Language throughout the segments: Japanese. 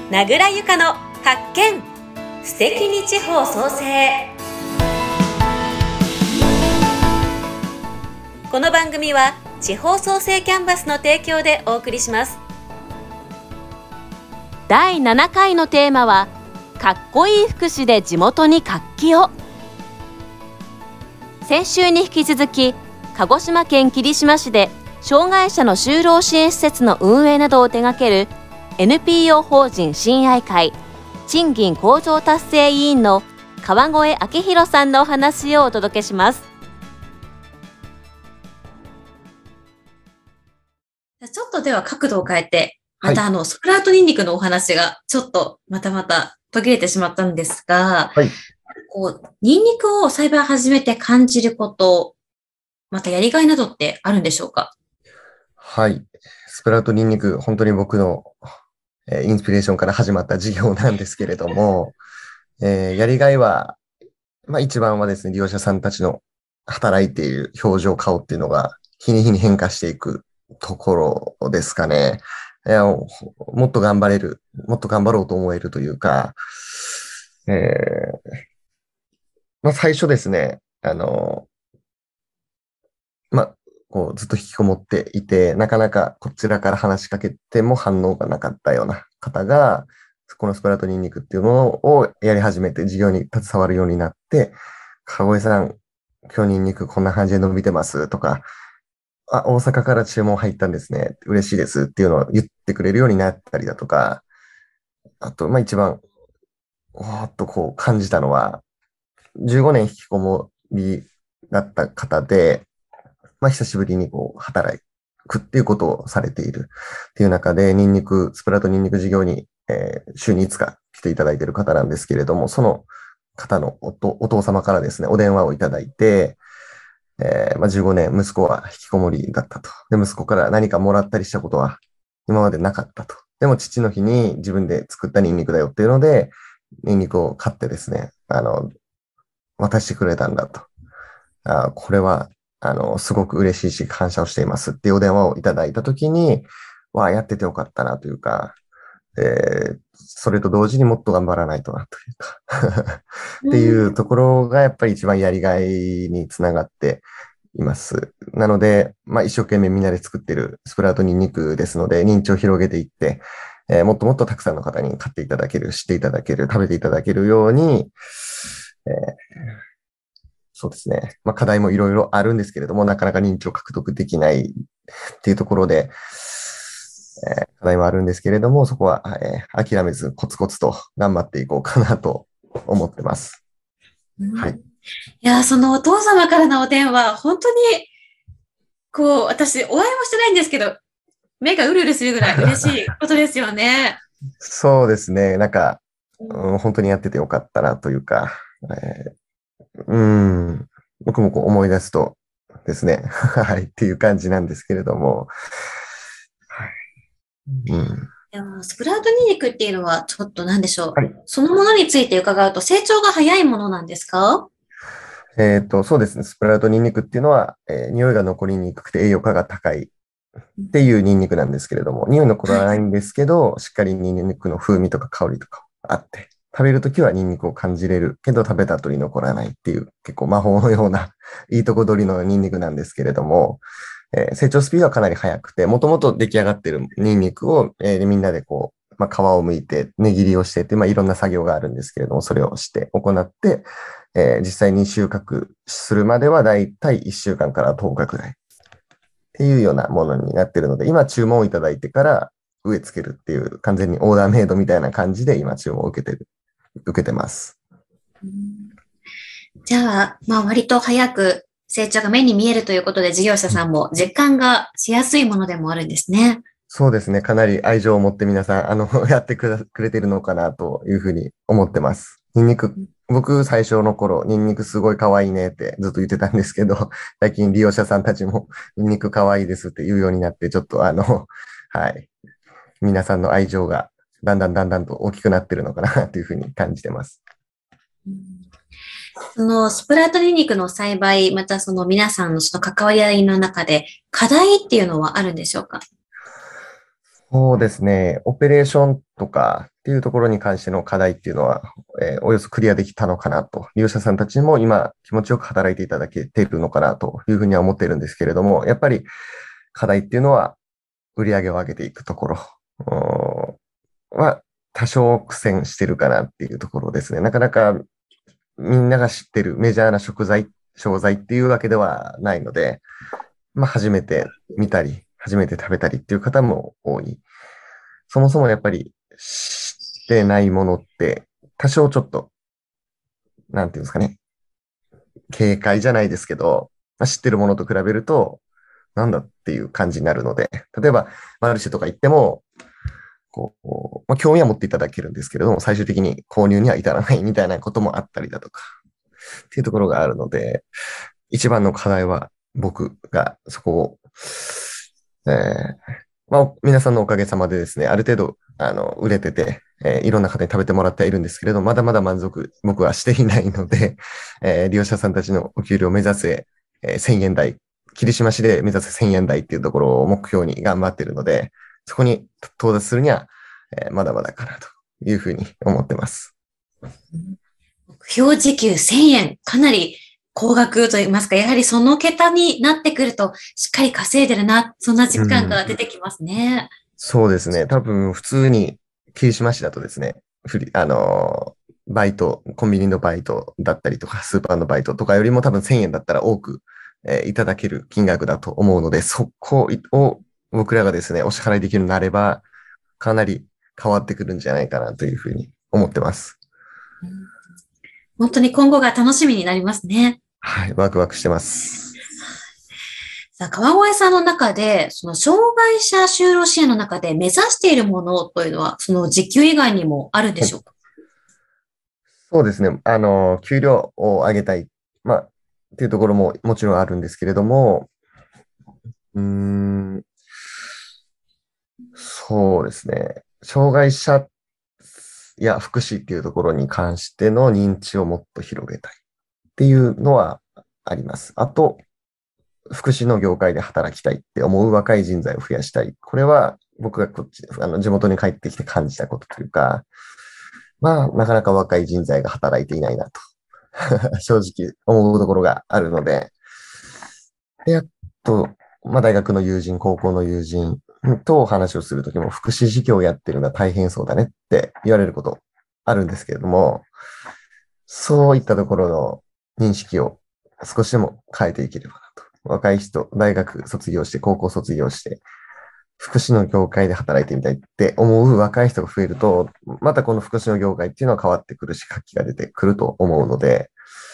名倉由香の発見、素敵に地方創生。この番組は地方創生キャンバスの提供でお送りします。 第7回のテーマは、かっこいい福祉で地元に活気を。先週に引き続き、鹿児島県霧島市で障害者の就労支援施設の運営などを手掛ける NPO 法人親愛会賃金向上達成委員の川越明弘さんのお話をお届けします。 ちょっとでは角度を変えて、またスプラウトニンニクのお話がちょっとまた途切れてしまったんですが、ニンニクを栽培始めて感じること、またやりがいなどってあるんでしょうか？ はい。スプラウトニンニク、本当に僕のインスピレーションから始まった事業なんですけれども、やりがいは、一番はですね、利用者さんたちの働いている表情、顔っていうのが日に日に変化していくところですかね。もっと頑張ろうと思えるというか、最初ですね、ずっと引きこもっていて、なかなかこちらから話しかけても反応がなかったような方が、このスプラウトニンニクっていうのをやり始めて、事業に携わるようになって、川越さん、今日ニンニクこんな感じで伸びてますとか、大阪から注文入ったんですね。嬉しいですっていうのを言ってくれるようになったりだとか、あと、一番、感じたのは、15年引きこもりだった方で、久しぶりに働くっていうことをされているっていう中で、スプラウトニンニク事業に、週に5日来ていただいている方なんですけれども、その方のお父様からですね、お電話をいただいて、15年息子は引きこもりだったと。で、息子から何かもらったりしたことは今までなかったと。でも父の日に自分で作ったニンニクだよっていうので、ニンニクを買ってですね、渡してくれたんだと。これは、すごく嬉しいし感謝をしていますっていうお電話をいただいたときに、やっててよかったなというか、それと同時にもっと頑張らないとなというかっていうところがやっぱり一番やりがいにつながっています。なので、一生懸命みんなで作っているスプラウトニンニクですので、認知を広げていって、もっともっとたくさんの方に買っていただける、知っていただける、食べていただけるように、そうですね。課題もいろいろあるんですけれども、なかなか認知を獲得できないっていうところで、課題もあるんですけれども、そこは、諦めずコツコツと頑張っていこうかなと思ってます。はい。 いや、そのお父様からのお電話、本当に、私、お会いもしてないんですけど、目がうるうるするぐらい嬉しいことですよね。 そうですね。本当にやっててよかったなというか、僕も思い出すとですね、はい、っていう感じなんですけれども、 でもスプラウトニンニクっていうのはちょっと何でしょう、そのものについて伺うと成長が早いものなんですか？ そうですね。スプラウトニンニクっていうのは、匂いが残りにくくて栄養価が高いっていうニンニクなんですけれども、匂い残らないんですけど、しっかりニンニクの風味とか香りとかあって、食べるときはニンニクを感じれるけど食べた後に残らないっていう結構魔法のようないいとこ取りのニンニクなんですけれども、成長スピードはかなり速くて、もともと出来上がっているニンニクを、みんなで皮を剥いて、根切りをしてって、いろんな作業があるんですけれども、それを行って、実際に収穫するまではだいたい1週間から10日くらいっていうようなものになっているので、今注文をいただいてから植え付けるっていう完全にオーダーメイドみたいな感じで今注文を受けてます。 じゃあ、割と早く成長が目に見えるということで、事業者さんも実感がしやすいものでもあるんですね。 そうですね。かなり愛情を持って皆さん、やってくれてるのかなというふうに思ってます。僕最初の頃、ニンニクすごい可愛いねってずっと言ってたんですけど、最近利用者さんたちもニンニク可愛いですって言うようになって、ちょっとはい。皆さんの愛情がだんだんと大きくなってるのかなというふうに感じてます。 そのスプラウトニンニクの栽培、またその皆さんのその関わり合いの中で課題っていうのはあるんでしょうか？ そうですね。オペレーションとかっっていうところに関しての課題っていうのは、およそクリアできたのかなと。利用者さんたちにも今気持ちよく働いていただけているのかなというふうには思っているんですけれども、やっぱり課題っていうのは売り上げを上げていくところは多少苦戦してるかなっていうところですね。なかなかみんなが知ってるメジャーな商材っていうわけではないので、初めて見たり、初めて食べたりっていう方も多い。そもそもやっぱり知ってないものって多少ちょっと、なんていうんですかね、警戒じゃないですけど、知ってるものと比べると、なんだっていう感じになるので、例えばマルシェとか行っても、興味は持っていただけるんですけれども、最終的に購入には至らないみたいなこともあったりだとか、っていうところがあるので、一番の課題は僕がそこを、皆さんのおかげさまでですね、ある程度、売れてて、いろんな方に食べてもらってはいるんですけれど、まだまだ満足、僕はしていないので、利用者さんたちのお給料を目指せ、1000円台、霧島市で目指せ1000円台っていうところを目標に頑張っているので、そこに到達するには、まだまだかなというふうに思ってます。 目標時給1000円、かなり高額と言いますか、やはりその桁になってくると、しっかり稼いでるな、そんな実感が出てきますね。 そうですね。多分、普通に、霧島市だとですね、バイト、コンビニのバイトだったりとか、スーパーのバイトとかよりも多分1000円だったら多く、いただける金額だと思うので、そこを僕らがですね、お支払いできるようになれば、かなり変わってくるんじゃないかなというふうに思ってます。 本当に今後が楽しみになりますね。 はい、ワクワクしてます。 さあ、川越さんの中で、その障害者就労支援の中で目指しているものというのは、その時給以外にもあるんでしょうか？ そうですね。給料を上げたい。っていうところももちろんあるんですけれども、そうですね。障害者や福祉っていうところに関しての認知をもっと広げたいっていうのはあります。あと、福祉の業界で働きたいって思う若い人材を増やしたい。これは僕が地元に帰ってきて感じたことというか、なかなか若い人材が働いていないなと正直思うところがあるので、で、あと、大学の友人、高校の友人と話をするときも、福祉事業をやってるのは大変そうだねって言われることあるんですけれども、そういったところの認識を少しでも変えていければなと。若い人、大学卒業して、高校卒業して、福祉の業界で働いてみたいって思う若い人が増えると、またこの福祉の業界っていうのは変わってくるし、活気が出てくると思うので、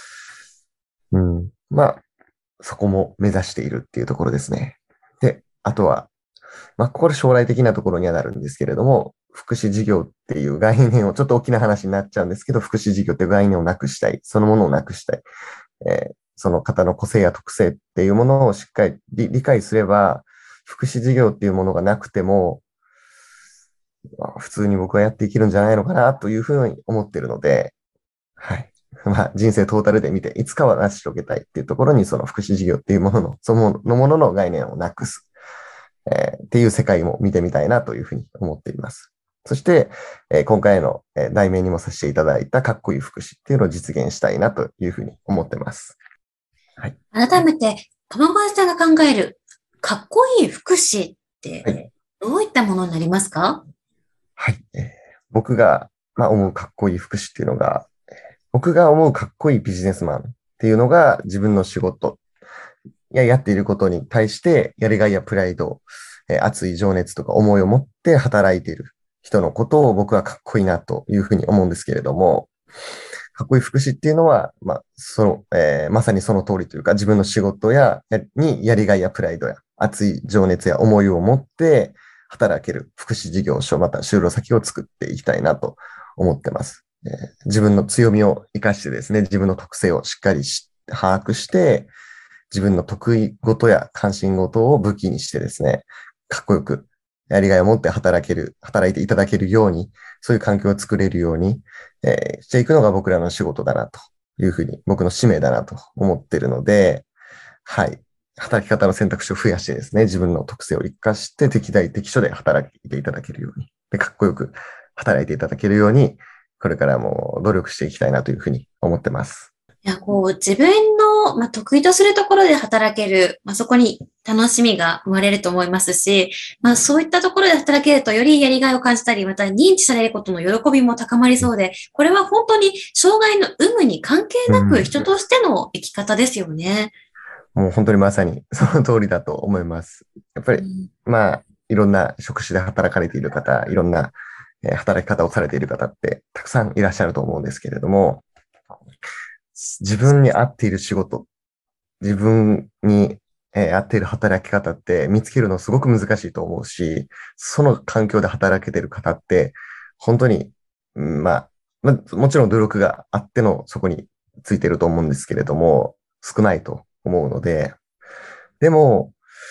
そこも目指しているっていうところですね。で、あとは、これ将来的なところにはなるんですけれども、福祉事業っていう概念を、ちょっと大きな話になっちゃうんですけど、福祉事業っていう概念をなくしたい。そのものをなくしたい。その方の個性や特性っていうものをしっかり理解すれば、福祉事業っていうものがなくても、普通に僕はやっていけるんじゃないのかなというふうに思っているので、はい。人生トータルで見て、いつかは成し遂げたいっていうところに、その福祉事業っていうものの、そのものの概念をなくす、っていう世界も見てみたいなというふうに思っています。そして、今回の題名にもさせていただいたかっこいい福祉っていうのを実現したいなというふうに思ってます。 はい。改めて、鎌林さんが考えるかっこいい福祉って、どういったものになりますか？ はい。僕が、思うかっこいい福祉っていうのが、僕が思うかっこいいビジネスマンっていうのが自分の仕事ややっていることに対してやりがいやプライド、熱い情熱とか思いを持って働いている人のことを僕はかっこいいなというふうに思うんですけれども、かっこいい福祉っていうのは、まさにその通りというか、自分の仕事にやりがいやプライドや熱い情熱や思いを持って働ける福祉事業所、また就労先を作っていきたいなと思ってます。自分の強みを生かしてですね、自分の特性をしっかり把握して、自分の得意事や関心事を武器にしてですね、かっこよくやりがいを持って働いていただけるように、そういう環境を作れるように、していくのが僕らの仕事だなというふうに、僕の使命だなと思っているので、はい。働き方の選択肢を増やしてですね、自分の特性を生かして適材適所で働いていただけるように、でかっこよく働いていただけるように、これからも努力していきたいなというふうに思ってます。 いや、自分の、得意とするところで働ける、そこに楽しみが生まれると思いますし、そういったところで働けるとよりやりがいを感じたり、また認知されることの喜びも高まりそうで、これは本当に障害の有無に関係なく人としての生き方ですよね。 もう本当にまさにその通りだと思います。やっぱり、いろんな職種で働かれている方、いろんな働き方をされている方ってたくさんいらっしゃると思うんですけれども、自分に合っている仕事、自分に合っている働き方って見つけるのすごく難しいと思うし、その環境で働けている方って、本当に、もちろん努力があってのそこについていると思うんですけれども、少ないと思うので、でも、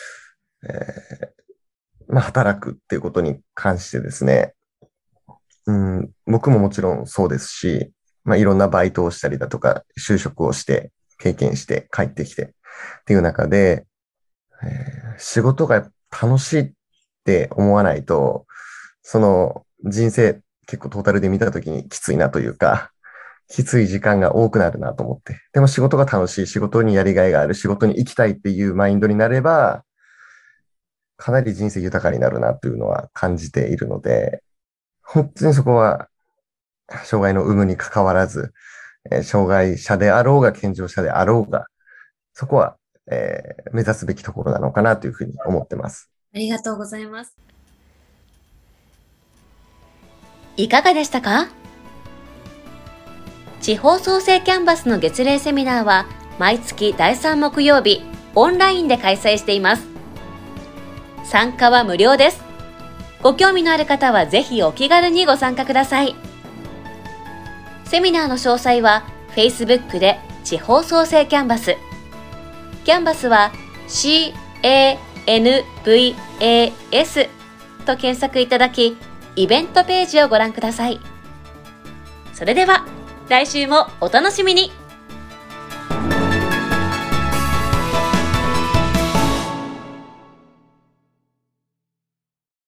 働くっていうことに関してですね、僕ももちろんそうですし、いろんなバイトをしたりだとか、就職をして、経験して、帰ってきてっていう中で、仕事が楽しいって思わないと、その人生結構トータルで見たときにきついなというか、きつい時間が多くなるなと思って。でも仕事が楽しい、仕事にやりがいがある、仕事に行きたいっていうマインドになれば、かなり人生豊かになるなというのは感じているので、本当にそこは、障害の有無に関わらず、障害者であろうが健常者であろうが、そこは、目指すべきところなのかなというふうに思ってます。 ありがとうございます。 いかがでしたか？地方創生キャンバスの月例セミナーは毎月第3木曜日オンラインで開催しています。参加は無料です。ご興味のある方はぜひお気軽にご参加ください。セミナーの詳細は Facebook で地方創生キャンバス。キャンバスは CANVAS と検索いただき、イベントページをご覧ください。それでは来週もお楽しみに。